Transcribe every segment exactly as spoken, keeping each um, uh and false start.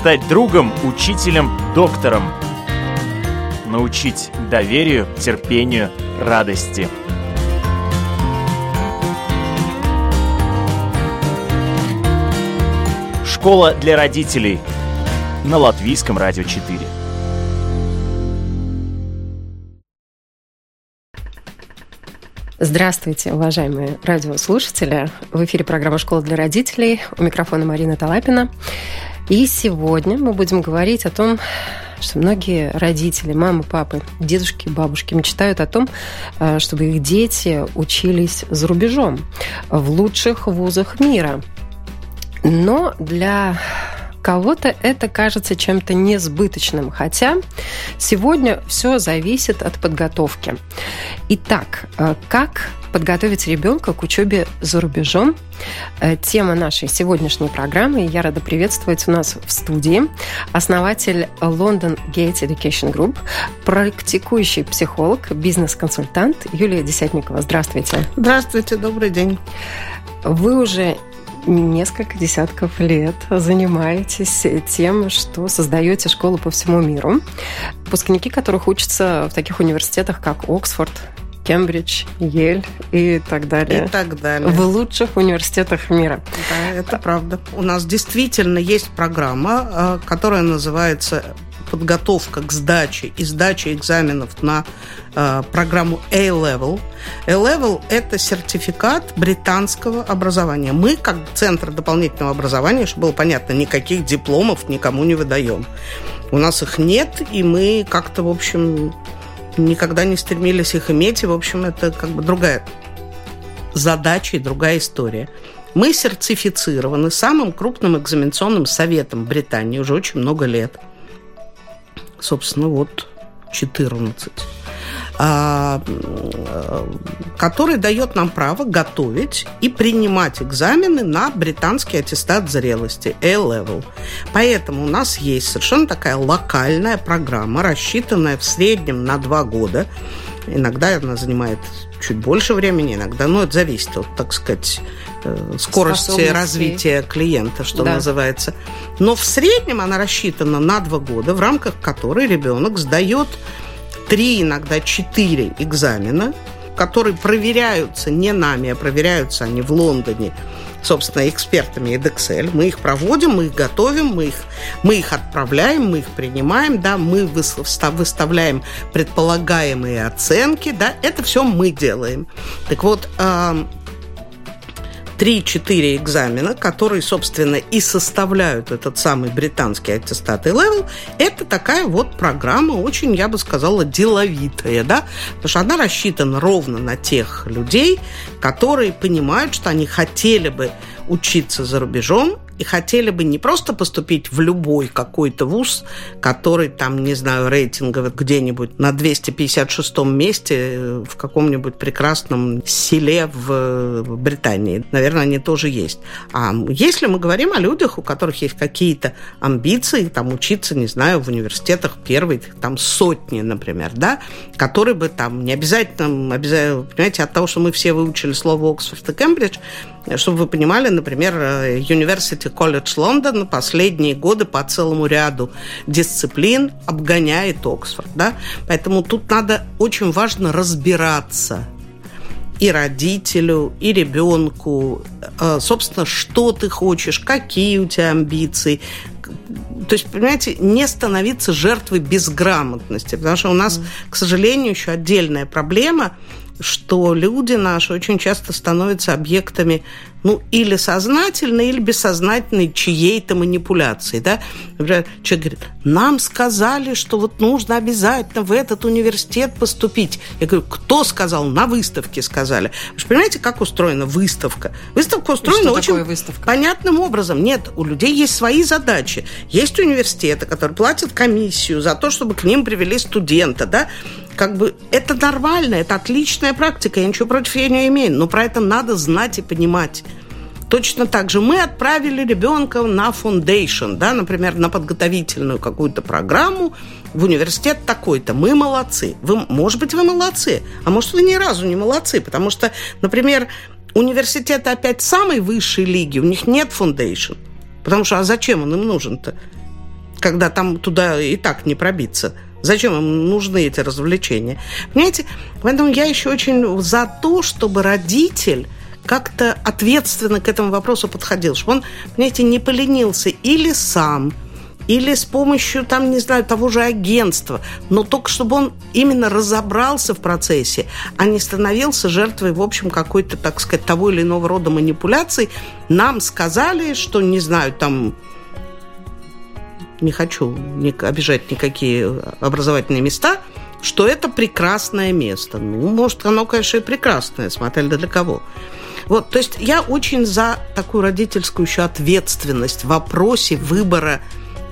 стать другом, учителем, доктором. Научить доверию, терпению, радости. Школа для родителей на Латвийском радио четыре. Здравствуйте, уважаемые радиослушатели. В эфире программа «Школа для родителей». У микрофона Марина Талапина. И сегодня мы будем говорить о том, что многие родители, мамы, папы, дедушки, бабушки мечтают о том, чтобы их дети учились за рубежом, в лучших вузах мира. Но для кого-то это кажется чем-то несбыточным, хотя сегодня все зависит от подготовки. Итак, как подготовить ребенка к учебе за рубежом? Тема нашей сегодняшней программы. Я рада приветствовать у нас в студии основатель London Gate Education Group, практикующий психолог, бизнес-консультант Юлия Десятникова. Здравствуйте. Здравствуйте, добрый день. Вы уже несколько десятков лет занимаетесь тем, что создаете школы по всему миру, выпускники которых учатся в таких университетах, как Оксфорд, Кембридж, Йель и так далее. И так далее. В лучших университетах мира. Да, это правда. У нас действительно есть программа, которая называется «Подготовка к сдаче и сдаче экзаменов на э, программу A-Level». A-Level – это сертификат британского образования. Мы, как Центр дополнительного образования, чтобы было понятно, никаких дипломов никому не выдаем. У нас их нет, и мы как-то, в общем, никогда не стремились их иметь. И, в общем, это как бы другая задача и другая история. Мы сертифицированы самым крупным экзаменационным советом Британии уже очень много лет. Собственно, вот четырнадцать, который дает нам право готовить и принимать экзамены на британский аттестат зрелости A-Level. Поэтому у нас есть совершенно такая локальная программа, рассчитанная в среднем на два года. Иногда она занимает чуть больше времени, иногда, ну, это зависит от, так сказать, скорости развития клиента, что да. называется. Но в среднем она рассчитана на два года, в рамках которой ребенок сдает три, иногда четыре экзамена, которые проверяются не нами, а проверяются они в Лондоне, собственно, экспертами Edexcel. Мы их проводим, мы их готовим, мы их, мы их отправляем, мы их принимаем, да, мы выставляем предполагаемые оценки, да, это все мы делаем. Так вот, три-четыре экзамена, которые, собственно, и составляют этот самый британский аттестат A-Level, это такая вот программа очень, я бы сказала, деловитая, да, потому что она рассчитана ровно на тех людей, которые понимают, что они хотели бы учиться за рубежом и хотели бы не просто поступить в любой какой-то вуз, который там, не знаю, рейтинговый где-нибудь на двести пятьдесят шестом месте в каком-нибудь прекрасном селе в Британии. Наверное, они тоже есть. А если мы говорим о людях, у которых есть какие-то амбиции, там учиться, не знаю, в университетах первой, там сотни, например, да, которые бы там не обязательно, обязательно, понимаете, от того, что мы все выучили слово Оксфорд и Кембридж, чтобы вы понимали, например, University College London последние годы по целому ряду дисциплин обгоняет Оксфорд, да? Поэтому тут надо очень важно разбираться и родителю, и ребенку, собственно, что ты хочешь, какие у тебя амбиции. То есть, понимаете, не становиться жертвой безграмотности, потому что у нас, к сожалению, еще отдельная проблема, что люди наши очень часто становятся объектами, ну, или сознательной, или бессознательной чьей-то манипуляции, да. Например, человек говорит, нам сказали, что вот нужно обязательно в этот университет поступить. Я говорю, кто сказал? На выставке сказали. Вы же понимаете, как устроена выставка? Выставка устроена очень выставка? понятным образом. Нет, у людей есть свои задачи. Есть университеты, которые платят комиссию за то, чтобы к ним привели студента, да. Как бы это нормально, это отличная практика, я ничего против ее не имею, но про это надо знать и понимать. Точно так же мы отправили ребенка на foundation, да, например, на подготовительную какую-то программу в университет такой-то. Мы молодцы. Вы, может быть, вы молодцы, а может, вы ни разу не молодцы, потому что, например, университеты опять самой высшей лиги, у них нет foundation. Потому что, а зачем он им нужен-то? когда там туда и так не пробиться. Зачем им нужны эти развлечения? Понимаете? Поэтому я еще очень за то, чтобы родитель как-то ответственно к этому вопросу подходил, чтобы он, понимаете, не поленился или сам, или с помощью, там, не знаю, того же агентства, но только чтобы он именно разобрался в процессе, а не становился жертвой, в общем, какой-то, так сказать, того или иного рода манипуляций. Нам сказали, что, не знаю, там... не хочу обижать никакие образовательные места, что это прекрасное место. Ну, может, оно, конечно, и прекрасное, смотря для кого. Вот, то есть я очень за такую родительскую еще ответственность в вопросе выбора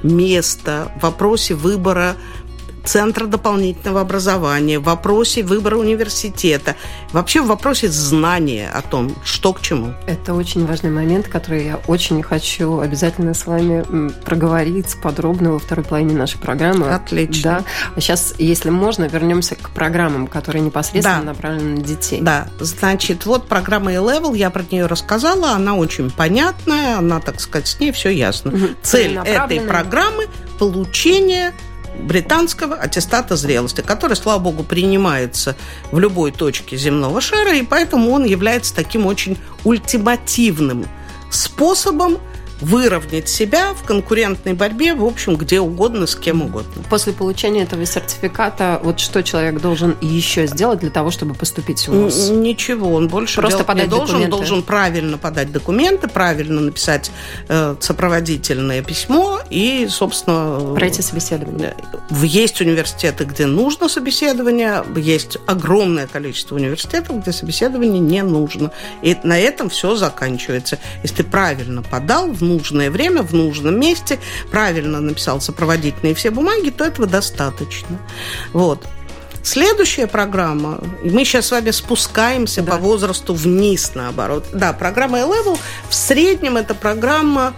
места, в вопросе выбора центра дополнительного образования, в вопросе выбора университета, вообще в вопросе знания о том, что к чему. Это очень важный момент, который я очень хочу обязательно с вами проговорить подробно во второй половине нашей программы. Отлично. Да. А сейчас, если можно, вернемся к программам, которые непосредственно да. направлены на детей. Да, значит, вот программа A-Level, я про нее рассказала, она очень понятная, она, так сказать, с ней все ясно. Угу. Цель этой программы – получение британского аттестата зрелости, который, слава богу, принимается в любой точке земного шара, и поэтому он является таким очень ультимативным способом выровнять себя в конкурентной борьбе, в общем, где угодно, с кем угодно. После получения этого сертификата, вот что человек должен еще сделать для того, чтобы поступить в ВУЗ? Ничего, он больше Просто подать не должен. Документы. Он должен правильно подать документы, правильно написать э, сопроводительное письмо и, собственно... Пройти собеседование. Есть университеты, где нужно собеседование, есть огромное количество университетов, где собеседование не нужно. И на этом все заканчивается. Если ты правильно подал в нужное время, в нужном месте, правильно написал сопроводительные все бумаги, то этого достаточно. Вот. Следующая программа, мы сейчас с вами спускаемся да. по возрасту вниз, наоборот. Да, программа A-Level, в среднем это программа,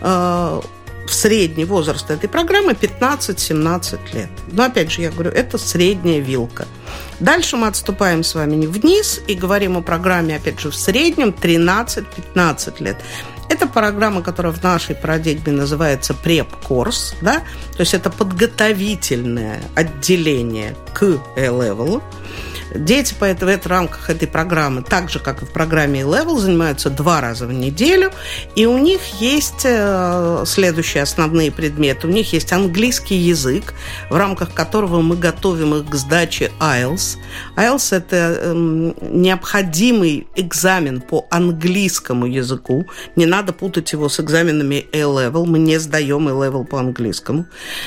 э, в средний возраст этой программы пятнадцать-семнадцать лет. Но, опять же, я говорю, это средняя вилка. Дальше мы отступаем с вами вниз и говорим о программе, опять же, в среднем тринадцать-пятнадцать лет. Это программа, которая в нашей парадигме называется преп-курс, да? То есть это подготовительное отделение к A-Level. Дети поэтому в рамках этой программы, так же, как и в программе A-Level, занимаются два раза в неделю, и у них есть следующие основные предметы. У них есть английский язык, в рамках которого мы готовим их к сдаче ай эл ти эс. ай эл ти эс – это э, необходимый экзамен по английскому языку. Не надо путать его с экзаменами A-Level. Мы не сдаем A-Level по английскому.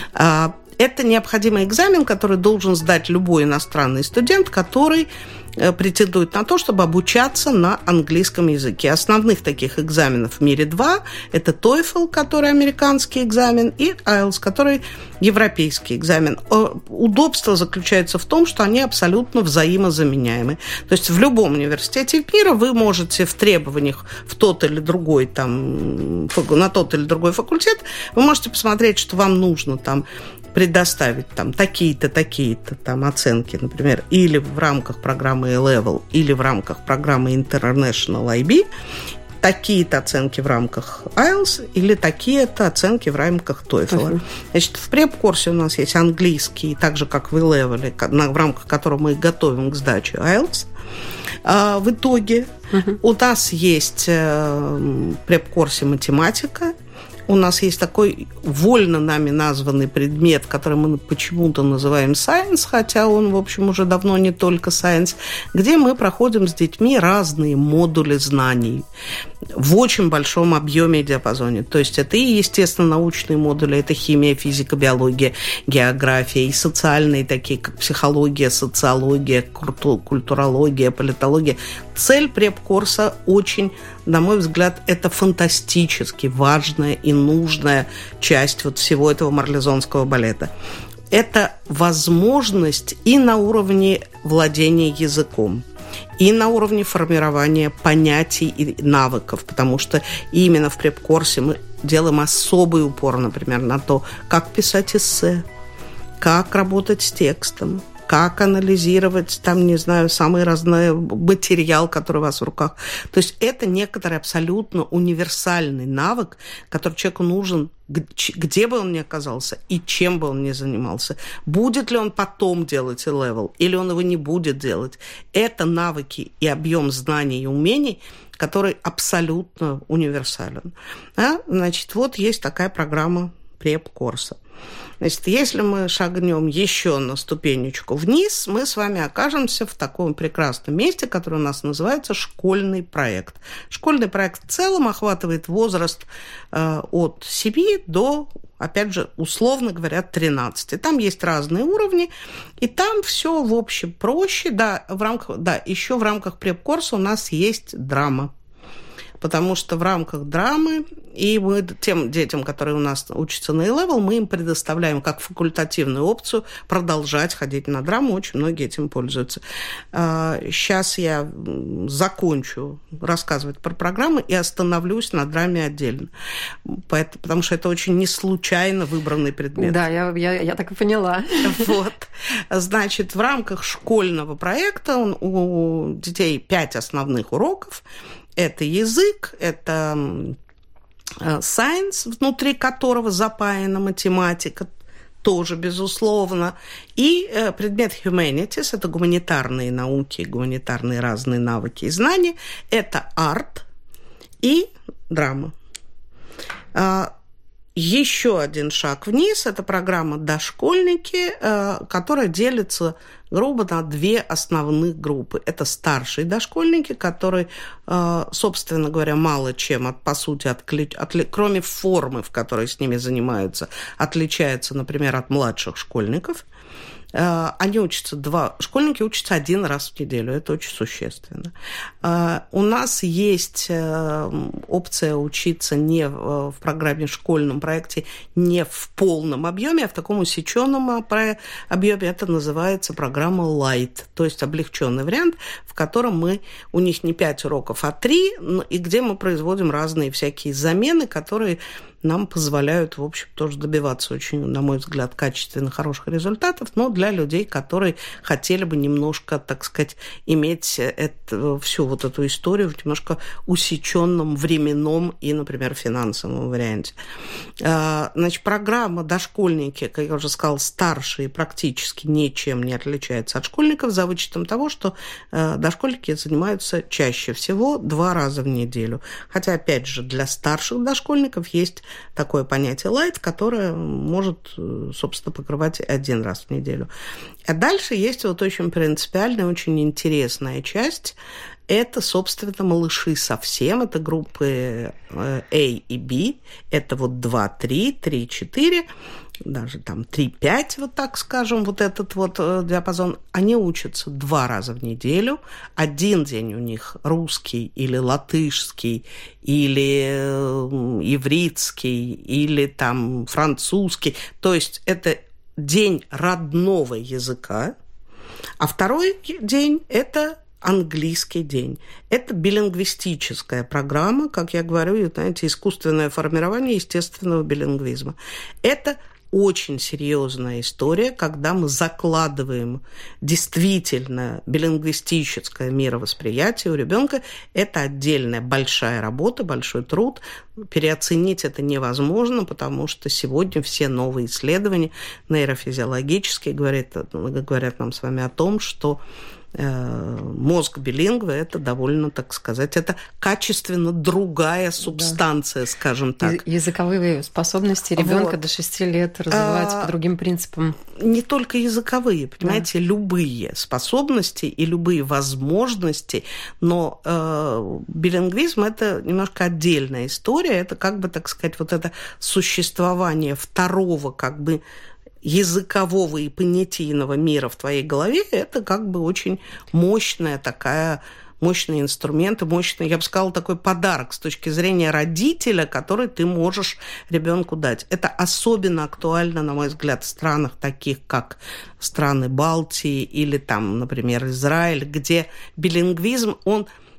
Это необходимый экзамен, который должен сдать любой иностранный студент, который претендует на то, чтобы обучаться на английском языке. Основных таких экзаменов в мире два. Это TOEFL, который американский экзамен, и ай эл ти эс, который европейский экзамен. Удобство заключается в том, что они абсолютно взаимозаменяемы. То есть в любом университете мира вы можете в требованиях в тот или другой, там, на тот или другой факультет, вы можете посмотреть, что вам нужно там предоставить там такие-то, такие-то там оценки, например, или в рамках программы A-Level, или в рамках программы International ай би, такие-то оценки в рамках ай эл ти эс или такие-то оценки в рамках TOEFL. Uh-huh. Значит, в преп-курсе у нас есть английский, так же, как в A-Level, в рамках которого мы готовим к сдаче ай эл ти эс. А в итоге uh-huh. у нас есть в преп-курсе математика. У нас есть такой вольно нами названный предмет, который мы почему-то называем science, хотя он, в общем, уже давно не только science, где мы проходим с детьми разные модули знаний в очень большом объеме и диапазоне. То есть это и естественно-научные модули, это химия, физика, биология, география, и социальные, такие как психология, социология, культурология, политология. Цель преп-курса очень, на мой взгляд, это фантастически важная и нужная часть вот всего этого марлезонского балета. Это возможность и на уровне владения языком, и на уровне формирования понятий и навыков, потому что именно в преп-курсе мы делаем особый упор, например, на то, как писать эссе, как работать с текстом, как анализировать, там, не знаю, самый разный материал, который у вас в руках. То есть это некоторый абсолютно универсальный навык, который человеку нужен, где бы он ни оказался и чем бы он ни занимался. Будет ли он потом делать A-level, или он его не будет делать. Это навыки и объем знаний и умений, который абсолютно универсален. А? Значит, вот есть такая программа преп-курса. Значит, если мы шагнем еще на ступенечку вниз, мы с вами окажемся в таком прекрасном месте, которое у нас называется школьный проект. Школьный проект в целом охватывает возраст э, от семи до, опять же, условно говоря, тринадцати. Там есть разные уровни, и там все в общем проще. Да, в рамках, да, еще в рамках преп-курса у нас есть драма. Потому что в рамках драмы, и мы тем детям, которые у нас учатся на A-level, мы им предоставляем как факультативную опцию продолжать ходить на драму. Очень многие этим пользуются. Сейчас я закончу рассказывать про программы и остановлюсь на драме отдельно. Потому что это очень не случайно выбранный предмет. Да, я, я, я так и поняла. Вот. Значит, в рамках школьного проекта у детей пять основных уроков. Это язык, это science, внутри которого запаяна математика, тоже, безусловно. И предмет humanities, это гуманитарные науки, гуманитарные разные навыки и знания. Это арт и драма. Еще один шаг вниз – это программа «Дошкольники», которая делится, грубо, на две основных группы. Это старшие дошкольники, которые, собственно говоря, мало чем, от, по сути, отли... Отли... кроме формы, в которой с ними занимаются, отличаются, например, от младших школьников. Они учатся, два школьники учатся один раз в неделю, это очень существенно. У нас есть опция учиться не в программе школьном проекте, не в полном объеме, а в таком усеченном объеме. Это называется программа Light, то есть облегченный вариант, в котором мы, у них не пять уроков, а три, и где мы производим разные всякие замены, которые нам позволяют, в общем, тоже добиваться очень, на мой взгляд, качественных, хороших результатов, но для людей, которые хотели бы немножко, так сказать, иметь это, всю вот эту историю в немножко усеченном временном и, например, финансовом варианте. Значит, программа «Дошкольники», как я уже сказала, старшие практически ничем не отличается от школьников, за вычетом того, что дошкольники занимаются чаще всего два раза в неделю. Хотя, опять же, для старших дошкольников есть такое понятие light, которое может, собственно, покрывать один раз в неделю. А дальше есть вот очень принципиальная, очень интересная часть. Это, собственно, малыши совсем. Это группы A и B. Это вот два три, три четыре, даже там три пять, вот так скажем, вот этот вот диапазон. Они учатся два раза в неделю. Один день у них русский или латышский, или ивритский, или там французский. То есть это день родного языка. А второй день – это английский день. Это билингвистическая программа, как я говорю, знаете, искусственное формирование естественного билингвизма. Это очень серьезная история, когда мы закладываем действительно билингвистическое мировосприятие у ребенка. Это отдельная большая работа, большой труд. Переоценить это невозможно, потому что сегодня все новые исследования нейрофизиологические говорят, говорят нам с вами о том, что мозг билингва – это довольно, так сказать, это качественно другая субстанция, да, скажем так. Языковые способности ребенка вот. До шести лет развиваются а, по другим принципам. Не только языковые, понимаете, да. Любые способности и любые возможности, но э, билингвизм – это немножко отдельная история, это как бы, так сказать, вот это существование второго, как бы, языкового и понятийного мира в твоей голове, это как бы очень мощная такая, мощный инструмент, и мощный, я бы сказала, такой подарок с точки зрения родителя, который ты можешь ребенку дать. Это особенно актуально, на мой взгляд, в странах таких, как страны Балтии или там, например, Израиль, где билингвизм, он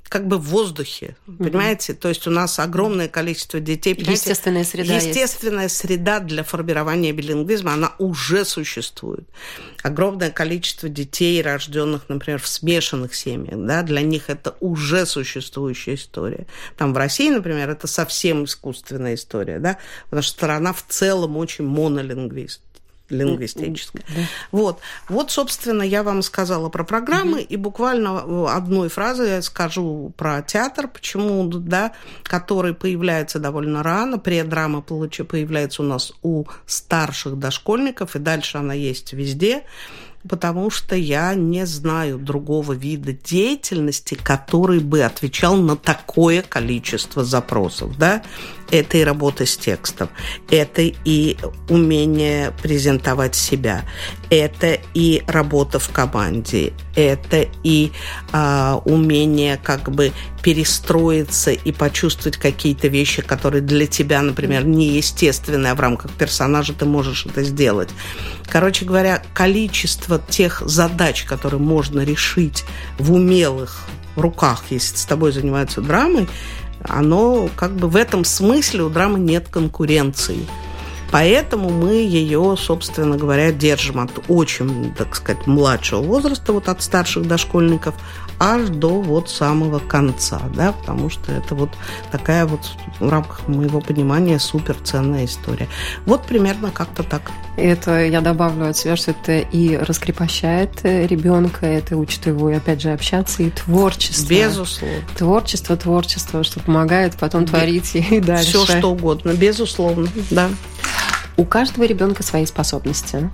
как бы в воздухе, mm-hmm. понимаете? То есть у нас огромное количество детей. Естественная среда Естественная есть. среда для формирования билингвизма, она уже существует. Огромное количество детей, рожденных, например, в смешанных семьях, да, для них это уже существующая история. Там в России, например, это совсем искусственная история, да, потому что страна в целом очень монолингвист. лингвистическое. Да. Вот. вот, собственно, я вам сказала про программы, угу. и буквально одной фразой я скажу про театр, почему, да, который появляется довольно рано. Предрама появляется у нас у старших дошкольников, и дальше она есть везде, потому что я не знаю другого вида деятельности, который бы отвечал на такое количество запросов, да. Это и работа с текстом, это и умение презентовать себя, это и работа в команде, это и а, умение как бы перестроиться и почувствовать какие-то вещи, которые для тебя, например, неестественные, а в рамках персонажа ты можешь это сделать. Короче говоря, количество тех задач, которые можно решить в умелых руках, если с тобой занимаются драмой, оно как бы в этом смысле у драмы нет конкуренции. Поэтому мы ее, собственно говоря, держим от очень, так сказать, младшего возраста, вот от старших дошкольников, аж до вот самого конца, да, потому что это вот такая вот в рамках моего понимания суперценная история. Вот примерно как-то так. Это я добавлю от себя, что это и раскрепощает ребенка, это учит его, опять же, общаться, и творчество. Безусловно. Творчество, творчество, что помогает потом Бе- творить и дальше. Все что угодно, безусловно, да. У каждого ребенка свои способности.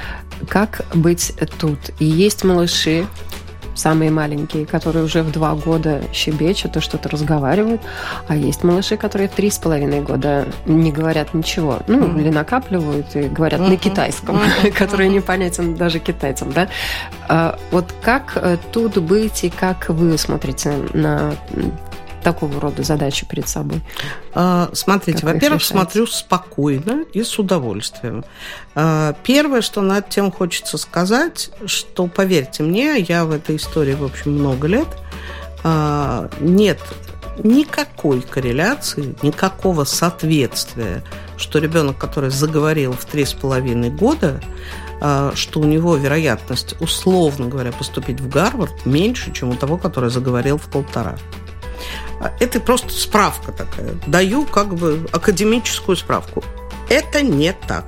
Как быть тут? И есть малыши, самые маленькие, которые уже в два года щебечут и что-то разговаривают, а есть малыши, которые в три с половиной года не говорят ничего, ну, mm-hmm. или накапливают и говорят mm-hmm. на китайском, mm-hmm. который непонятен даже китайцам, да? А вот как тут быть и как вы смотрите на такого рода задачи перед собой? Смотрите, как во-первых, смотрю спокойно и с удовольствием. Первое, что на эту тему хочется сказать, что, поверьте мне, я в этой истории, в общем, много лет, нет никакой корреляции, никакого соответствия, что ребенок, который заговорил в три с половиной года, что у него вероятность, условно говоря, поступить в Гарвард меньше, чем у того, который заговорил в полтора. Это просто справка такая. Даю как бы академическую справку. Это не так.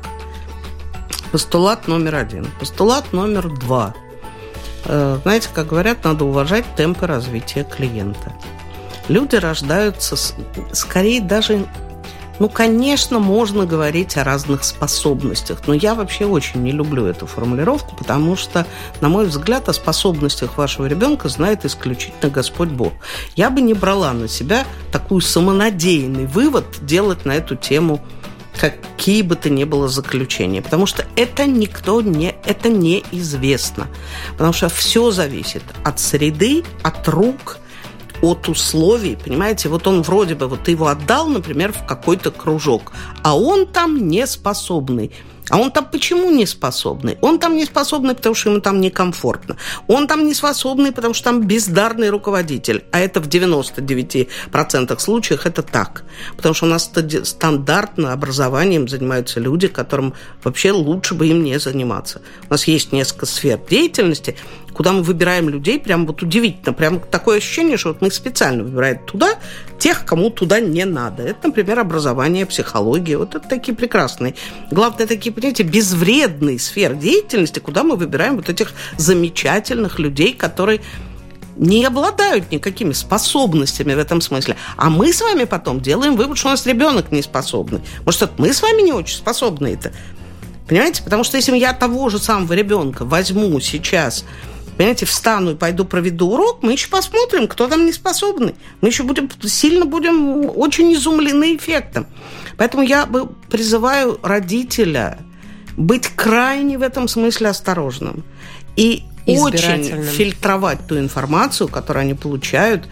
Постулат номер один. Постулат номер два. Знаете, как говорят, надо уважать темпы развития клиента. Люди рождаются, скорее даже... Ну, конечно, можно говорить о разных способностях, но я вообще очень не люблю эту формулировку, потому что, на мой взгляд, о способностях вашего ребенка знает исключительно Господь Бог. Я бы не брала на себя такой самонадеянный вывод делать на эту тему какие бы то ни было заключения, потому что это никто не, это неизвестно, потому что все зависит от среды, от рук, от условий, понимаете, вот он вроде бы, вот ты его отдал, например, в какой-то кружок, а он там не способный. А он там почему не способный? Он там не способный, потому что ему там некомфортно. Он там не способный, потому что там бездарный руководитель. А это в девяноста девяти процентах случаев это так. Потому что у нас стандартно образованием занимаются люди, которым вообще лучше бы им не заниматься. У нас есть несколько сфер деятельности, куда мы выбираем людей, прям вот удивительно, прям такое ощущение, что вот мы специально выбираем туда тех, кому туда не надо. Это, например, образование, психология. Вот это такие прекрасные. Главное, такие, понимаете, безвредные сферы деятельности, куда мы выбираем вот этих замечательных людей, которые не обладают никакими способностями в этом смысле. А мы с вами потом делаем вывод, что у нас ребенок не способный. Может, это мы с вами не очень способны-то? Понимаете? Потому что если я того же самого ребенка возьму сейчас, понимаете, встану и пойду проведу урок, мы еще посмотрим, кто там не способный. Мы еще будем, сильно будем очень изумлены эффектом. Поэтому я бы призываю родителя быть крайне в этом смысле осторожным. И очень фильтровать ту информацию, которую они получают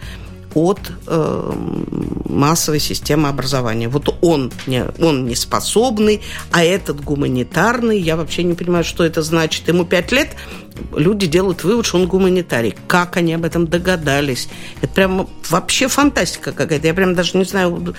от э, массовой системы образования. Вот он не, он не способный, а этот гуманитарный. Я вообще не понимаю, что это значит. Ему пять лет, люди делают вывод, что он гуманитарий. Как они об этом догадались? Это прям вообще фантастика какая-то. Я прям даже не знаю,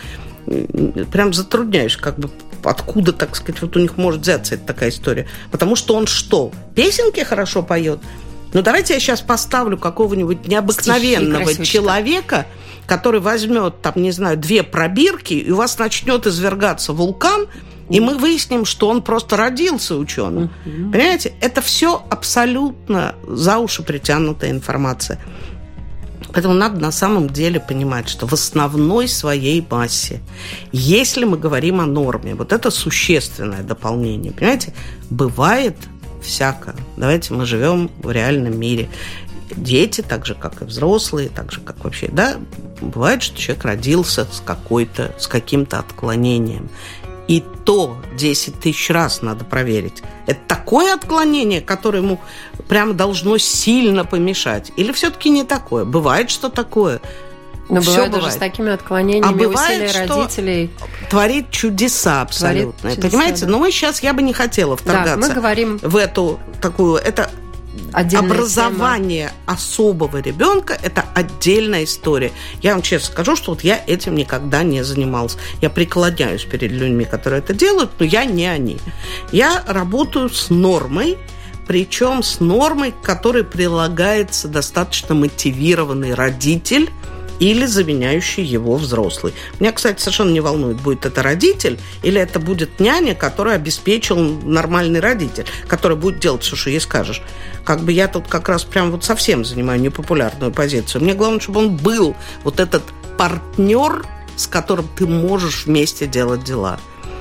прям затрудняюсь, как бы откуда, так сказать, вот у них может взяться эта такая история. Потому что он что? Песенки хорошо поет? Ну, давайте я сейчас поставлю какого-нибудь необыкновенного человека, который возьмет, там, не знаю, две пробирки, и у вас начнет извергаться вулкан, и мы выясним, что он просто родился ученым. Mm-hmm. Понимаете? Это все абсолютно за уши притянутая информация. Поэтому надо на самом деле понимать, что в основной своей массе, если мы говорим о норме, вот это существенное дополнение, понимаете, бывает всяко. Давайте мы живем в реальном мире. Дети, так же, как и взрослые, так же, как вообще, да, бывает, что человек родился с какой-то, с каким-то отклонением. И то десять тысяч раз надо проверить. Это такое отклонение, которое ему прямо должно сильно помешать? Или все-таки не такое? Бывает, что такое. Но бывает, бывает даже с такими отклонениями а бывает, усилия родителей. Творит чудеса абсолютно. Творит чудеса, понимаете? Да. Но мы сейчас, я бы не хотела вторгаться да, мы говорим в эту такую... Это образование тема. Особого ребенка – это отдельная история. Я вам честно скажу, что вот я этим никогда не занималась. Я преклоняюсь перед людьми, которые это делают, но я не они. Я работаю с нормой, причем с нормой, к которой прилагается достаточно мотивированный родитель или заменяющий его взрослый. Меня, кстати, совершенно не волнует, будет это родитель или это будет няня, которая обеспечил нормальный родитель, который будет делать все, что ей скажешь. Как бы я тут как раз прям вот совсем занимаю непопулярную позицию. Мне главное, чтобы он был вот этот партнер, с которым ты можешь вместе делать дела.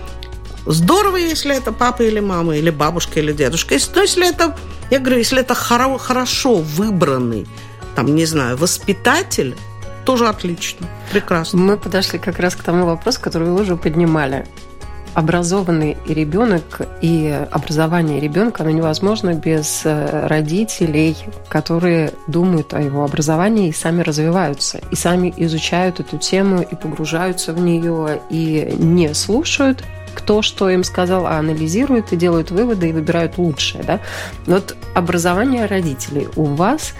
Здорово, если это папа или мама, или бабушка, или дедушка. Но если это, я говорю, если это хоро- хорошо выбранный, там, не знаю, воспитатель, тоже отлично, прекрасно. Мы подошли как раз к тому вопросу, который вы уже поднимали. Образованный ребенок и образование ребенка, оно невозможно без родителей, которые думают о его образовании и сами развиваются, и сами изучают эту тему, и погружаются в нее, и не слушают, кто что им сказал, а анализируют и делают выводы и выбирают лучшее. Да? Вот образование родителей у вас...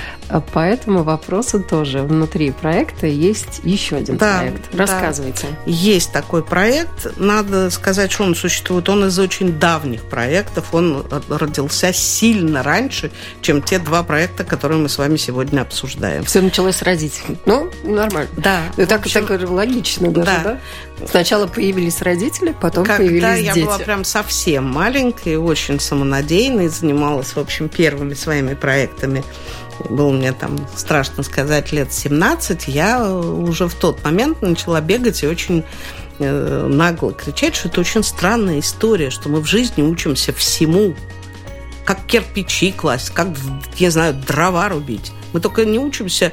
По этому вопросу тоже внутри проекта есть еще один да, проект. Рассказывайте. Да. Есть такой проект. Надо сказать, что он существует. Он из очень давних проектов. Он родился сильно раньше, чем те два проекта, которые мы с вами сегодня обсуждаем. Все началось с родителей. Ну, нормально. Да. Ну, так, общем, так логично даже, да. да? Сначала появились родители, потом Когда появились дети. Когда я была прям совсем маленькой, очень самонадеянной, занималась, в общем, первыми своими проектами, было мне там, страшно сказать, лет семнадцать, я уже в тот момент начала бегать и очень э, нагло кричать, что это очень странная история, что мы в жизни учимся всему, как кирпичи класть, как, я знаю, дрова рубить. Мы только не учимся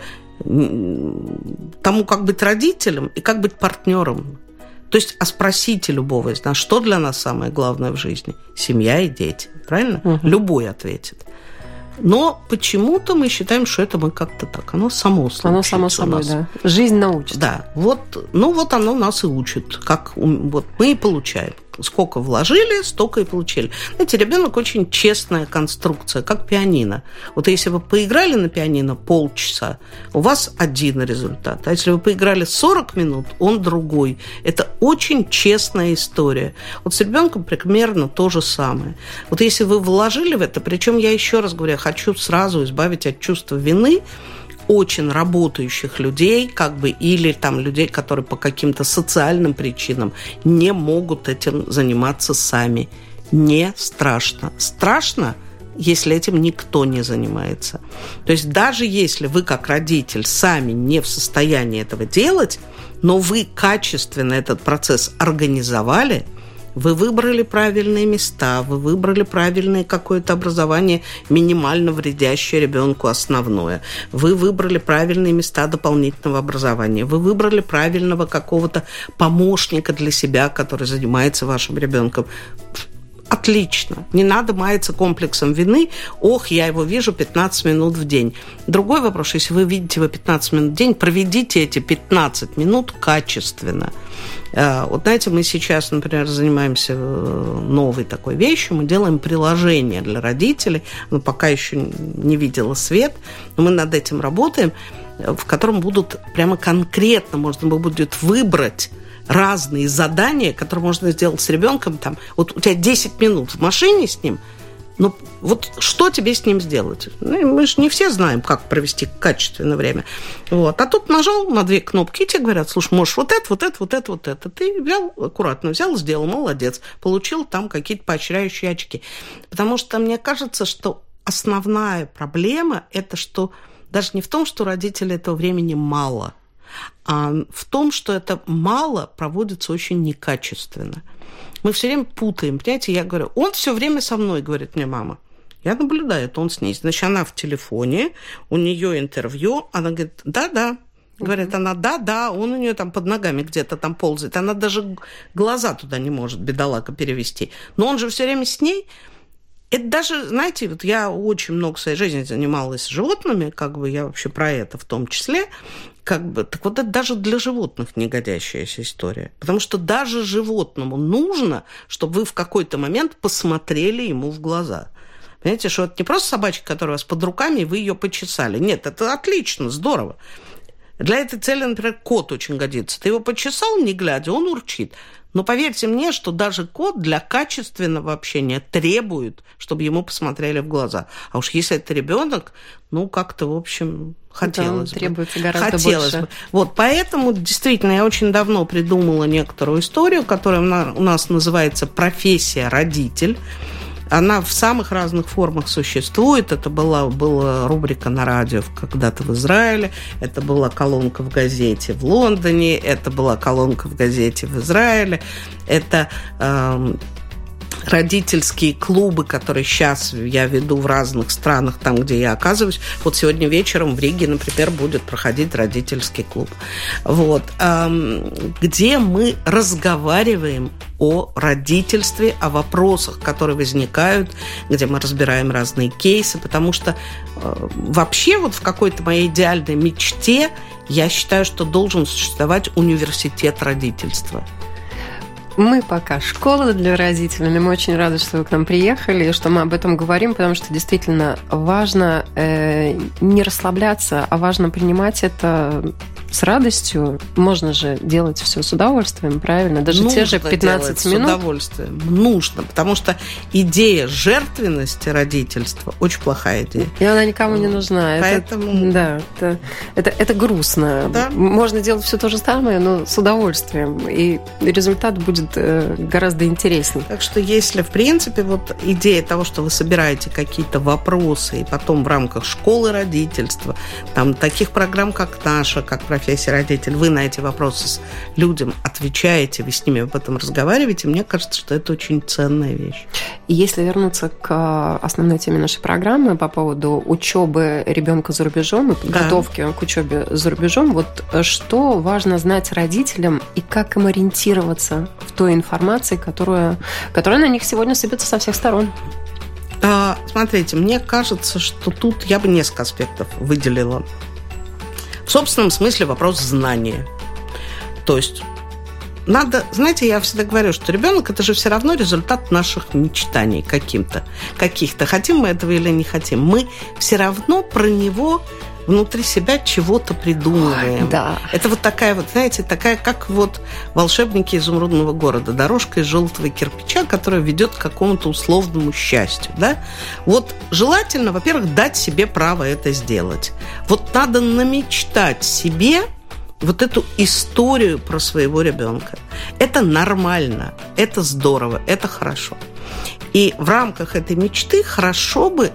тому, как быть родителем и как быть партнером. То есть, а спросите любого из нас, что для нас самое главное в жизни? Семья и дети, правильно? Угу. Любой ответит. Но почему-то мы считаем, что это мы как-то так. Оно само случится. Оно само собой, да. Жизнь научит. Да. Вот, ну, вот оно нас и учит. Как вот мы и получаем. Сколько вложили, столько и получили. Знаете, ребенок очень честная конструкция, как пианино. Вот если вы поиграли на пианино полчаса, у вас один результат. А если вы поиграли сорок минут, он другой. Это очень честная история. Вот с ребенком примерно то же самое. Вот если вы вложили в это, причем я еще раз говорю, я хочу сразу избавить от чувства вины очень работающих людей, как бы, или там людей, которые по каким-то социальным причинам не могут этим заниматься сами. Не страшно. Страшно, если этим никто не занимается. То есть даже если вы, как родитель, сами не в состоянии этого делать, но вы качественно этот процесс организовали, вы выбрали правильные места, вы выбрали правильное какое-то образование, минимально вредящее ребенку основное. Вы выбрали правильные места дополнительного образования. Вы выбрали правильного какого-то помощника для себя, который занимается вашим ребенком. Отлично. Не надо маяться комплексом вины. Ох, я его вижу пятнадцать минут в день. Другой вопрос, если вы видите его пятнадцать минут в день, проведите эти пятнадцать минут качественно. Вот знаете, мы сейчас, например, занимаемся новой такой вещью. Мы делаем приложение для родителей. Оно пока еще не видело свет, но мы над этим работаем, в котором будут прямо конкретно, можно будет выбрать разные задания, которые можно сделать с ребенком. Там, вот у тебя десять минут в машине с ним, ну вот что тебе с ним сделать? Ну, мы же не все знаем, как провести качественное время. Вот. А тут нажал на две кнопки, и тебе говорят, слушай, можешь вот это, вот это, вот это, вот это. Ты взял, аккуратно взял, сделал, молодец. Получил там какие-то поощряющие очки. Потому что мне кажется, что основная проблема – это что даже не в том, что родителей этого времени мало, а в том, что это мало проводится очень некачественно. Мы все время путаем, понимаете, я говорю, он все время со мной, говорит мне мама. Я наблюдаю, это он с ней. Значит, она в телефоне, у нее интервью, она говорит, да-да. Говорит она, да-да, он у нее там под ногами где-то там ползает. Она даже глаза туда не может, бедолага, перевести. Но он же все время с ней. Это даже, знаете, вот я очень много в своей жизни занималась животными, как бы я вообще про это в том числе, как бы, так вот это даже для животных негодящаяся история. Потому что даже животному нужно, чтобы вы в какой-то момент посмотрели ему в глаза. Понимаете, что это не просто собачка, которая у вас под руками, и вы ее почесали. Нет, это отлично, здорово. Для этой цели, например, кот очень годится. Ты его почесал, не глядя, он урчит. Но поверьте мне, что даже кот для качественного общения требует, чтобы ему посмотрели в глаза. А уж если это ребенок, ну, как-то, в общем, хотелось да, бы. Требуется гораздо хотелось больше. Бы. Вот, поэтому, действительно, я очень давно придумала некоторую историю, которая у нас называется «Профессия родитель». Она в самых разных формах существует. Это была, была рубрика на радио когда-то в Израиле, это была колонка в газете в Лондоне, это была колонка в газете в Израиле, это э, родительские клубы, которые сейчас я веду в разных странах, там, где я оказываюсь. Вот сегодня вечером в Риге, например, будет проходить родительский клуб, вот, э, где мы разговариваем о родительстве, о вопросах, которые возникают, где мы разбираем разные кейсы, потому что э, вообще вот в какой-то моей идеальной мечте я считаю, что должен существовать университет родительства. Мы пока школа для родителей, но мы очень рады, что вы к нам приехали, и что мы об этом говорим, потому что действительно важно э, не расслабляться, а важно принимать это с радостью. Можно же делать все с удовольствием, правильно? Даже нужно те же пятнадцать минут. С удовольствием. Нужно, потому что идея жертвенности родительства очень плохая идея. И она никому не нужна. Поэтому... Это, да, это, это, это грустно. Да? Можно делать все то же самое, но с удовольствием. И результат будет гораздо интереснее. Так что если, в принципе, вот идея того, что вы собираете какие-то вопросы, и потом в рамках школы родительства, там таких программ, как наша, как профессия родитель, вы на эти вопросы с людям отвечаете, вы с ними об этом разговариваете, мне кажется, что это очень ценная вещь. И если вернуться к основной теме нашей программы по поводу учебы ребенка за рубежом и подготовки да. к учебе за рубежом, вот что важно знать родителям и как им ориентироваться в той информации, которая, которая на них сегодня сыпется со всех сторон? А, смотрите, мне кажется, что тут я бы несколько аспектов выделила. В собственном смысле вопрос знания. То есть надо, знаете, я всегда говорю, что ребенок это же все равно результат наших мечтаний каким-то, каких-то. Хотим мы этого или не хотим. Мы все равно про него внутри себя чего-то придумываем. Ой, да. Это вот такая вот, знаете, такая, как вот волшебники изумрудного города, дорожка из желтого кирпича, которая ведет к какому-то условному счастью, да? Вот желательно, во-первых, дать себе право это сделать. Вот надо намечтать себе вот эту историю про своего ребенка. Это нормально, это здорово, это хорошо. И в рамках этой мечты хорошо бы,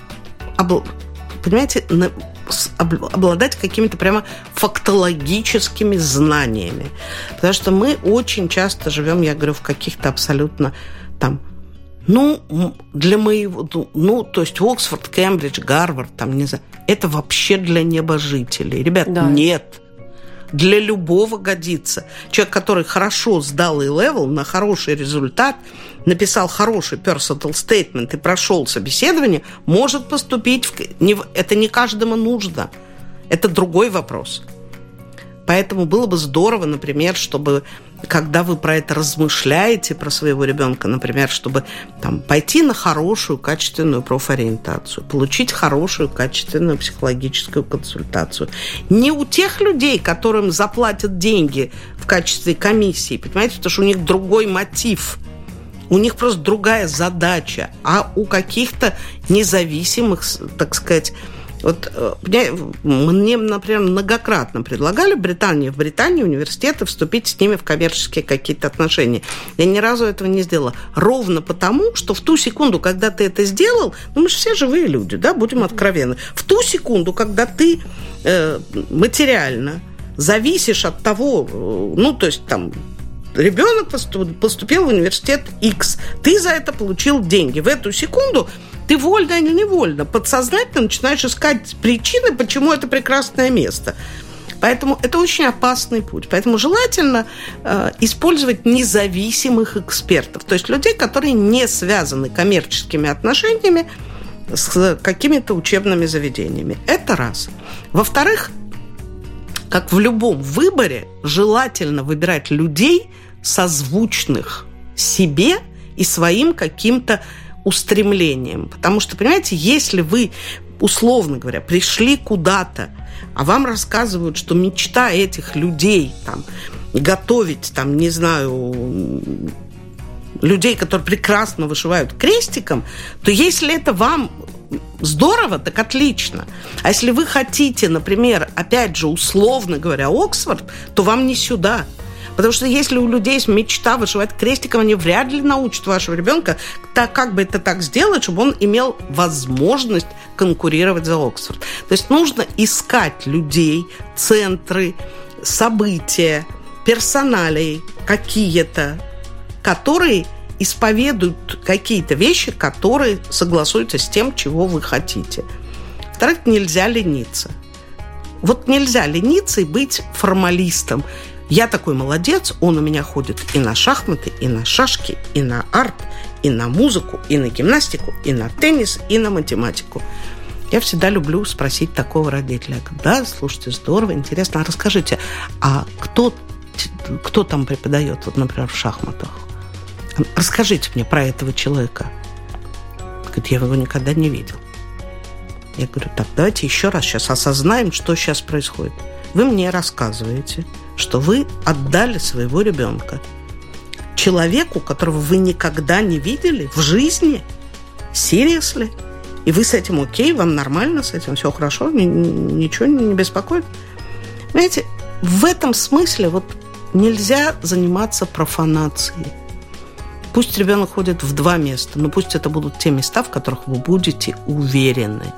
понимаете, обладать какими-то прямо фактологическими знаниями. Потому что мы очень часто живем, я говорю, в каких-то абсолютно там, ну, для моего, ну, то есть Оксфорд, Кембридж, Гарвард, там, не знаю, это вообще для небожителей. Ребят, да. Нет. для любого годится. Человек, который хорошо сдал A-level на хороший результат, написал хороший personal statement и прошел собеседование, может поступить в... Это не каждому нужно. Это другой вопрос. Поэтому было бы здорово, например, чтобы, когда вы про это размышляете, про своего ребенка, например, чтобы там, пойти на хорошую, качественную профориентацию, получить хорошую, качественную психологическую консультацию. Не у тех людей, которым заплатят деньги в качестве комиссии, понимаете, потому что у них другой мотив, у них просто другая задача, а у каких-то независимых, так сказать, вот мне, например, многократно предлагали в Британии, в Британии университеты вступить с ними в коммерческие какие-то отношения. Я ни разу этого не сделала. Ровно потому, что в ту секунду, когда ты это сделал, ну мы же все живые люди, да, будем откровенны. В ту секунду, когда ты э, материально зависишь от того, ну, то есть там ребенок поступил в университет X, ты за это получил деньги. В эту секунду ты вольно или невольно, подсознательно начинаешь искать причины, почему это прекрасное место. Поэтому это очень опасный путь. Поэтому желательно э, использовать независимых экспертов, то есть людей, которые не связаны коммерческими отношениями с какими-то учебными заведениями. Это раз. Во-вторых, как в любом выборе, желательно выбирать людей, созвучных себе и своим каким-то устремлением. Потому что, понимаете, если вы, условно говоря, пришли куда-то, а вам рассказывают, что мечта этих людей там, готовить, там, не знаю, людей, которые прекрасно вышивают крестиком, то если это вам здорово, так отлично. А если вы хотите, например, опять же, условно говоря, Оксфорд, то вам не сюда. Потому что если у людей есть мечта вышивать крестиком, они вряд ли научат вашего ребенка, так, как бы это так сделать, чтобы он имел возможность конкурировать за Оксфорд. То есть нужно искать людей, центры, события, персоналии какие-то, которые исповедуют какие-то вещи, которые согласуются с тем, чего вы хотите. Во-вторых, нельзя лениться. Вот нельзя лениться и быть формалистом. Я такой молодец, он у меня ходит и на шахматы, и на шашки, и на арт, и на музыку, и на гимнастику, и на теннис, и на математику. Я всегда люблю спросить такого родителя. Да, слушайте, здорово, интересно. А расскажите, а кто, кто там преподает, вот, например, в шахматах? Расскажите мне про этого человека. Говорит, я его никогда не видел. Я говорю, так, давайте еще раз сейчас осознаем, что сейчас происходит. Вы мне рассказываете, что вы отдали своего ребенка человеку, которого вы никогда не видели в жизни, seriously, и вы с этим окей, вам нормально с этим, все хорошо, ничего не беспокоит. Понимаете, в этом смысле вот нельзя заниматься профанацией. Пусть ребенок ходит в два места, но пусть это будут те места, в которых вы будете уверены.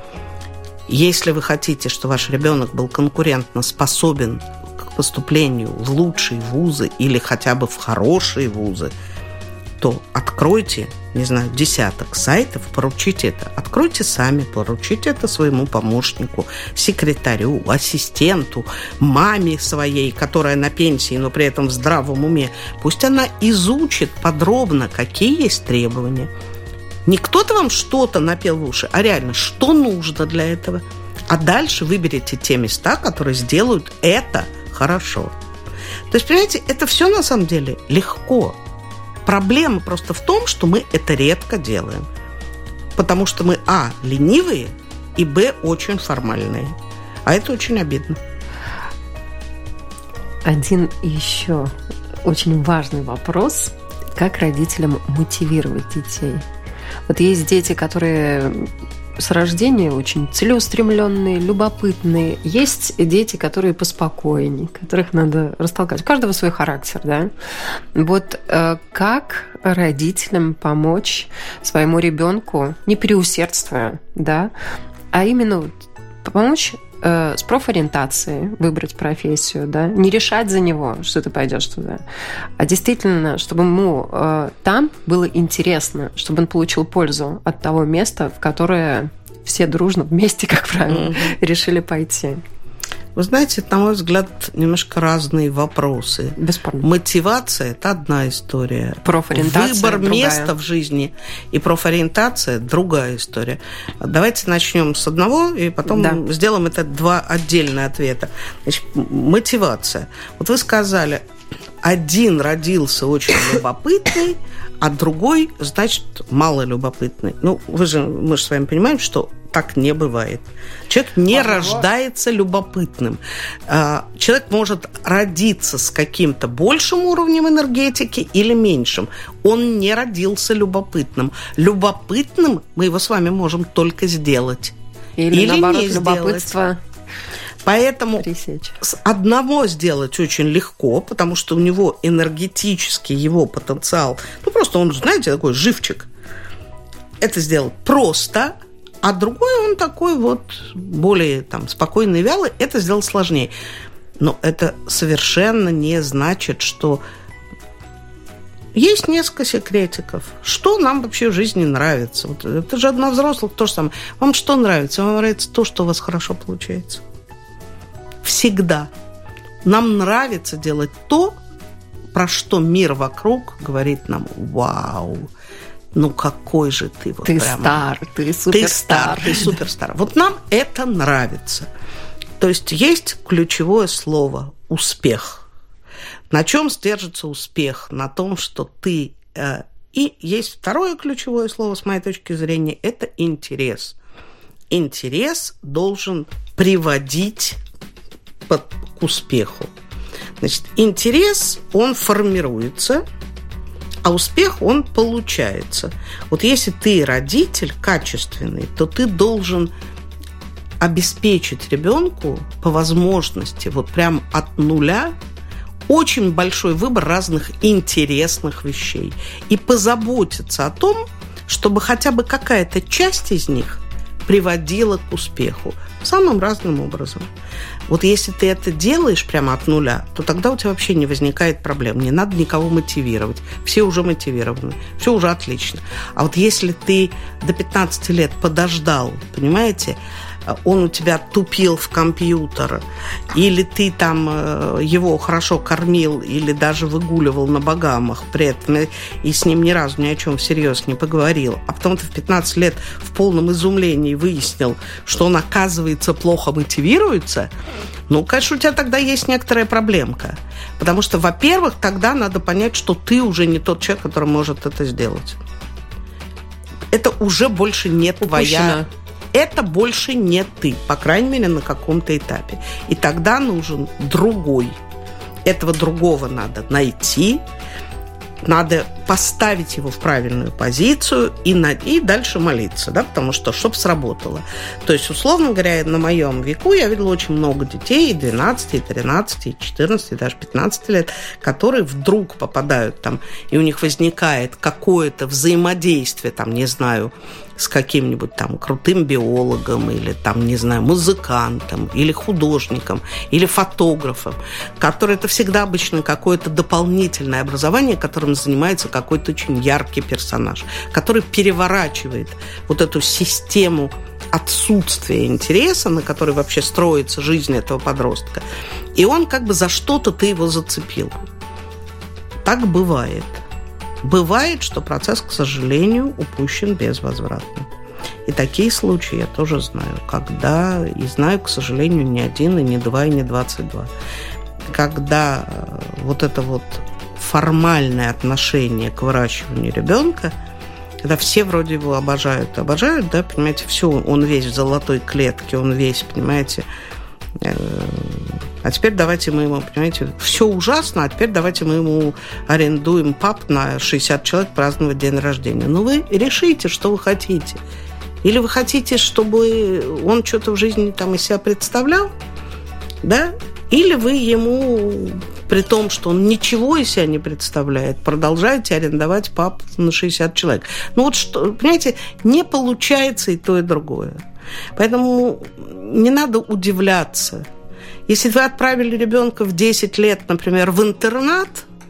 Если вы хотите, что ваш ребенок был конкурентно способен к поступлению в лучшие вузы или хотя бы в хорошие вузы, то откройте, не знаю, десяток сайтов, поручите это. Откройте сами, поручите это своему помощнику, секретарю, ассистенту, маме своей, которая на пенсии, но при этом в здравом уме. Пусть она изучит подробно, какие есть требования. Не кто-то вам что-то напел в уши, а реально, что нужно для этого. А дальше выберите те места, которые сделают это хорошо. То есть, понимаете, это все на самом деле легко. Проблема просто в том, что мы это редко делаем. Потому что мы, а, ленивые, и, б, очень формальные. А это очень обидно. Один еще очень важный вопрос. Как родителям мотивировать детей? Вот есть дети, которые с рождения очень целеустремленные, любопытные. Есть дети, которые поспокойнее, которых надо растолкать. У каждого свой характер, да? Вот э, как родителям помочь своему ребенку, не преусердствуя, да, а именно вот помочь э, с профориентацией, выбрать профессию, да, не решать за него, что ты пойдешь туда, а действительно, чтобы ему э, там было интересно, чтобы он получил пользу от того места, в которое все дружно вместе, как правило, mm-hmm. решили пойти. Вы знаете, это, на мой взгляд, немножко разные вопросы. Бесспорно. Мотивация – это одна история. Профориентация – Выбор другая. места в жизни и профориентация – другая история. Давайте начнем с одного, и потом да. сделаем это два отдельных ответа. Значит, мотивация. Вот вы сказали, один родился очень любопытный, а другой, значит, мало любопытный. Ну, вы же, мы же с вами понимаем, что так не бывает. Человек не а рождается любопытным. Человек может родиться с каким-то большим уровнем энергетики или меньшим. Он не родился любопытным. Любопытным мы его с вами можем только сделать. Или, или наоборот, не любопытство сделать. Поэтому пресечь. С одного сделать очень легко, потому что у него энергетический его потенциал, ну просто он, знаете, такой живчик. Это сделать просто, а другой он такой вот более там спокойный, вялый, это сделать сложнее. Но это совершенно не значит, что есть несколько секретиков. Что нам вообще в жизни нравится? Вот это же на взрослых то же самое. Вам что нравится? Вам нравится то, что у вас хорошо получается. Всегда. Нам нравится делать то, про что мир вокруг говорит нам: вау, ну какой же ты вот ты прямо, стар, ты суперстар. Ты стар, ты суперстар. Вот нам это нравится. То есть есть ключевое слово успех. На чем держится успех? На том, что ты... Э, и есть второе ключевое слово, с моей точки зрения, это интерес. Интерес должен приводить под, к успеху. Значит, интерес, он формируется, а успех, он получается. Вот если ты родитель качественный, то ты должен обеспечить ребенку по возможности, вот прям от нуля, очень большой выбор разных интересных вещей. И позаботиться о том, чтобы хотя бы какая-то часть из них приводила к успеху самым разным образом. Вот если ты это делаешь прямо от нуля, то тогда у тебя вообще не возникает проблем. Не надо никого мотивировать. Все уже мотивированы. Все уже отлично. А вот если ты до пятнадцати лет подождал, понимаете, он у тебя тупил в компьютер, или ты там его хорошо кормил, или даже выгуливал на Багамах при этом, и с ним ни разу ни о чем всерьез не поговорил, а потом ты в пятнадцать лет в полном изумлении выяснил, что он, оказывается, плохо мотивируется, ну, конечно, у тебя тогда есть некоторая проблемка. Потому что, во-первых, тогда надо понять, что ты уже не тот человек, который может это сделать. Это уже больше не твоя... Это больше не ты, по крайней мере, на каком-то этапе. И тогда нужен другой. Этого другого надо найти, надо поставить его в правильную позицию и, на, и дальше молиться, да, потому что, чтобы сработало. То есть, условно говоря, на моем веку я видела очень много детей, и двенадцати, и тринадцати, и четырнадцати, и даже пятнадцати лет, которые вдруг попадают там, и у них возникает какое-то взаимодействие, там, не знаю, с каким-нибудь там крутым биологом или там, не знаю, музыкантом, или художником, или фотографом, который это всегда обычно какое-то дополнительное образование, которым занимается какой-то очень яркий персонаж, который переворачивает вот эту систему отсутствия интереса, на которой вообще строится жизнь этого подростка. И он как бы за что-то ты его зацепил. Так бывает. Бывает, что процесс, к сожалению, упущен безвозвратно. И такие случаи я тоже знаю, когда, и знаю, к сожалению, не один, и не два, и не двадцать два. Когда вот это вот формальное отношение к выращиванию ребенка, когда все вроде его обожают, обожают, да, понимаете, все, он весь в золотой клетке, он весь, понимаете, а теперь давайте мы ему, понимаете, все ужасно, а теперь давайте мы ему арендуем паб на шестьдесят человек праздновать день рождения. Ну, вы решите, что вы хотите. Или вы хотите, чтобы он что-то в жизни там из себя представлял, да? Или вы ему, при том, что он ничего из себя не представляет, продолжаете арендовать паб на шестьдесят человек. Ну, вот что, понимаете, не получается и то, и другое. Поэтому не надо удивляться. Если вы отправили ребенка в десять лет, например, в интернат,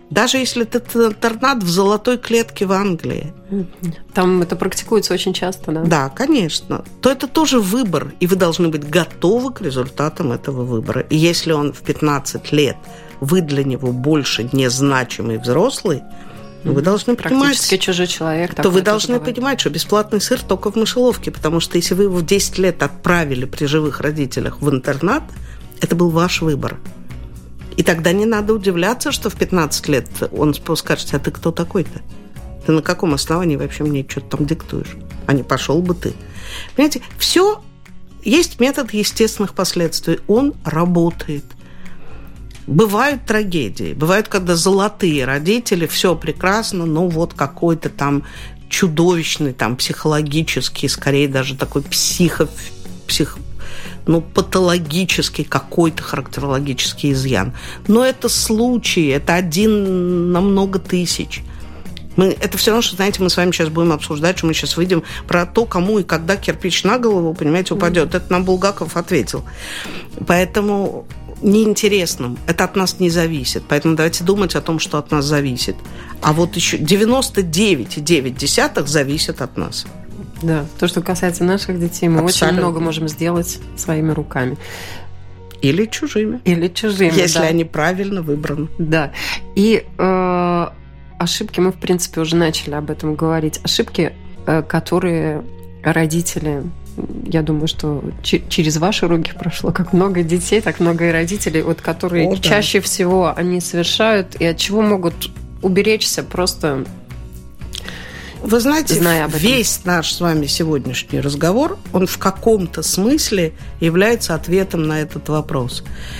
Даже если это интернат в золотой клетке в Англии. Там это практикуется очень часто, да? Да, конечно. То это тоже выбор, и вы должны быть готовы к результатам этого выбора. И если он в пятнадцать лет, вы для него больше незначимый взрослый, mm-hmm. вы должны понимать... Практически чужой человек. То вы должны понимать, что бесплатный сыр только в мышеловке, потому что если вы его в десять лет отправили при живых родителях в интернат, это был ваш выбор. И тогда не надо удивляться, что в пятнадцать лет он скажет: а ты кто такой-то? Ты на каком основании вообще мне что-то там диктуешь? А не пошел бы ты. Понимаете, все, есть метод естественных последствий. Он работает. Бывают трагедии. Бывают, когда золотые родители, все прекрасно, но вот какой-то там чудовищный, там, психологический, скорее даже такой психо... псих ну, патологический какой-то характерологический изъян. Но это случай, это один на много тысяч. Мы, это все равно, что, знаете, мы с вами сейчас будем обсуждать, что мы сейчас выйдем про то, кому и когда кирпич на голову, понимаете, упадет. Mm-hmm. Это нам Булгаков ответил. Поэтому неинтересным. Это от нас не зависит. Поэтому давайте думать о том, что от нас зависит. А вот еще девяносто девять целых девять десятых зависит от нас. Да, то, что касается наших детей, мы Абсолютно. очень много можем сделать своими руками. Или чужими. Или чужими, если да. они правильно выбраны. Да. И э, ошибки, мы, в принципе, уже начали об этом говорить. Ошибки, э, которые родители, я думаю, что ч- через ваши руки прошло, как много детей, так много и родителей, вот, которые О, чаще да. всего они совершают, и от чего могут уберечься просто... Вы знаете, весь наш с вами сегодняшний разговор, он в каком-то смысле является ответом на этот вопрос.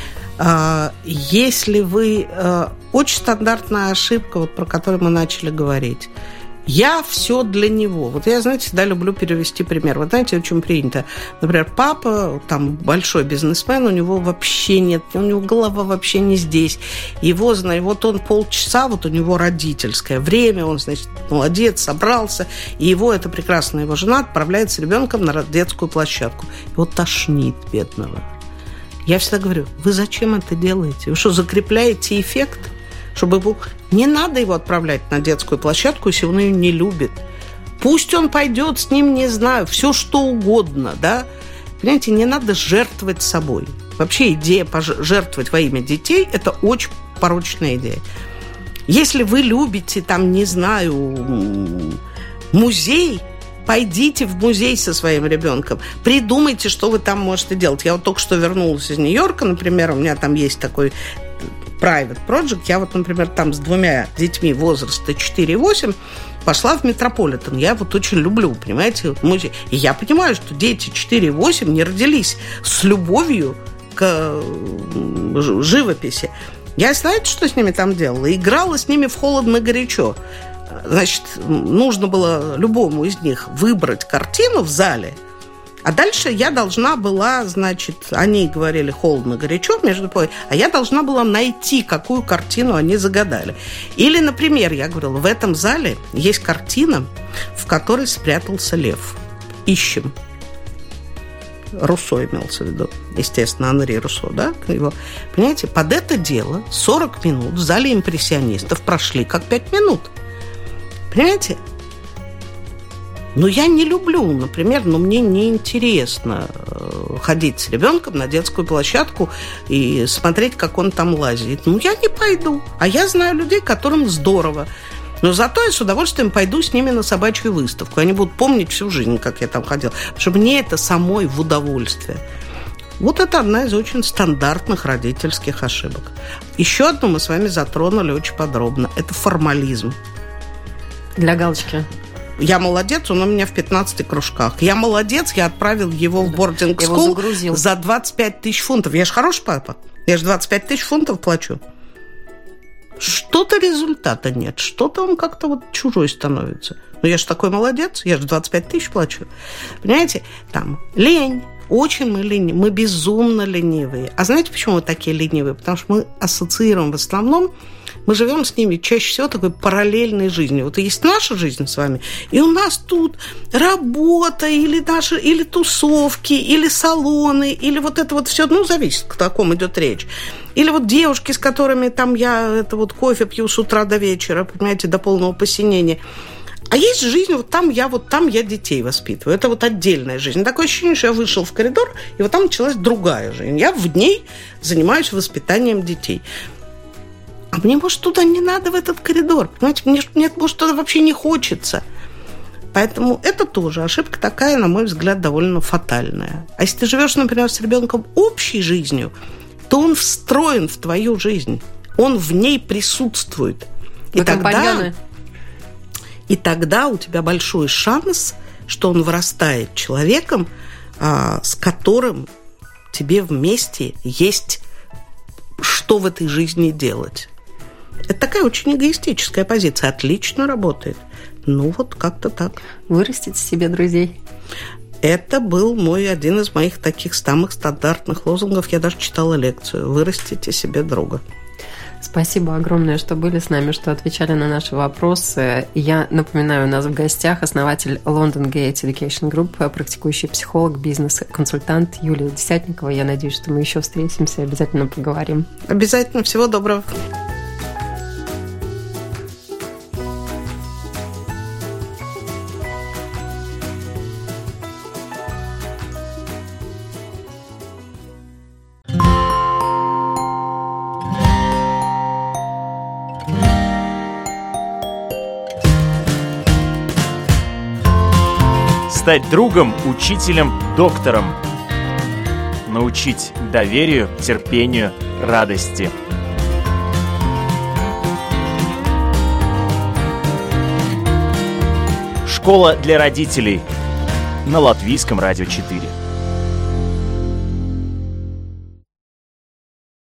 Если вы... Очень стандартная ошибка, вот, про которую мы начали говорить. Я все для него. Вот я, знаете, всегда люблю перевести пример. Вот знаете, очень принято. Например, папа, там, большой бизнесмен, у него вообще нет, у него голова вообще не здесь. Его, знаете, вот он полчаса, вот у него родительское время, он, значит, молодец, собрался, и его, эта прекрасная его жена, отправляет с ребенком на детскую площадку. Его тошнит, бедного. Я всегда говорю: вы зачем это делаете? Вы что, закрепляете эффект? Чтобы его... Не надо его отправлять на детскую площадку, если он ее не любит. Пусть он пойдет с ним, не знаю, все что угодно, да? Понимаете, не надо жертвовать собой. Вообще идея жертвовать во имя детей – это очень порочная идея. Если вы любите, там, не знаю, музей, пойдите в музей со своим ребенком, придумайте, что вы там можете делать. Я вот только что вернулась из Нью-Йорка, например, у меня там есть такой private project. Я вот, например, там с двумя детьми возраста четыре и восемь пошла в Метрополитен. Я вот очень люблю, понимаете, музей. И я понимаю, что дети четыре и восемь не родились с любовью к живописи. Я, знаете, что с ними там делала? Играла с ними в холодно-горячо. Значит, нужно было любому из них выбрать картину в зале, а дальше я должна была, значит, они говорили холодно-горячо, между собой, а я должна была найти, какую картину они загадали. Или, например, я говорила: в этом зале есть картина, в которой спрятался лев. Ищем. Руссо имелся в виду, естественно, Анри Руссо, да? Его. Понимаете, под это дело сорок минут в зале импрессионистов прошли как пять минут. Понимаете? Но я не люблю, например, но мне неинтересно ходить с ребенком на детскую площадку и смотреть, как он там лазит. Ну, я не пойду. А я знаю людей, которым здорово. Но зато я с удовольствием пойду с ними на собачью выставку. Они будут помнить всю жизнь, как я там ходила. Потому что мне это самой в удовольствие. Вот это одна из очень стандартных родительских ошибок. Еще одну мы с вами затронули очень подробно. Это формализм. Для галочки. Я молодец, он у меня в пятнадцати кружках. Я молодец, я отправил его в бординг скул за двадцать пять тысяч фунтов. Я же хороший папа. Я же двадцать пять тысяч фунтов плачу. Что-то результата нет. Что-то он как-то вот чужой становится. Но я же такой молодец, я же двадцать пять тысяч плачу. Понимаете, там лень. Очень мы ленивые, мы безумно ленивые. А знаете, почему мы такие ленивые? Потому что мы ассоциируем в основном Мы живем с ними чаще всего такой параллельной жизнью. Вот есть наша жизнь с вами, и у нас тут работа, или наши, или тусовки, или салоны, или вот это вот все, ну, зависит, к такому идет речь. Или вот девушки, с которыми там я это вот кофе пью с утра до вечера, понимаете, до полного посинения. А есть жизнь, вот там я, вот там я детей воспитываю. Это вот отдельная жизнь. Такое ощущение, что я вышел в коридор, и вот там началась другая жизнь. Я в ней занимаюсь воспитанием детей. А мне, может, туда не надо, в этот коридор. Понимаете, мне, мне может, туда вообще не хочется. Поэтому это тоже ошибка такая, на мой взгляд, довольно фатальная. А если ты живешь, например, с ребенком общей жизнью, то он встроен в твою жизнь. Он в ней присутствует. И Вы тогда... компаньоны? И тогда у тебя большой шанс, что он вырастает человеком, а, с которым тебе вместе есть что в этой жизни делать. Это такая очень эгоистическая позиция. Отлично работает. Ну, вот как-то так. Вырастите себе друзей. Это был мой один из моих таких самых стандартных лозунгов. Я даже читала лекцию. Вырастите себе друга. Спасибо огромное, что были с нами, что отвечали на наши вопросы. Я напоминаю, у нас в гостях основатель London Gate Education Group, практикующий психолог, бизнес-консультант Юлия Десятникова. Я надеюсь, что мы еще встретимся и обязательно поговорим. Обязательно. Всего доброго. Стать другом, учителем, доктором. Научить доверию, терпению, радости. Школа для родителей на Латвийском радио четыре.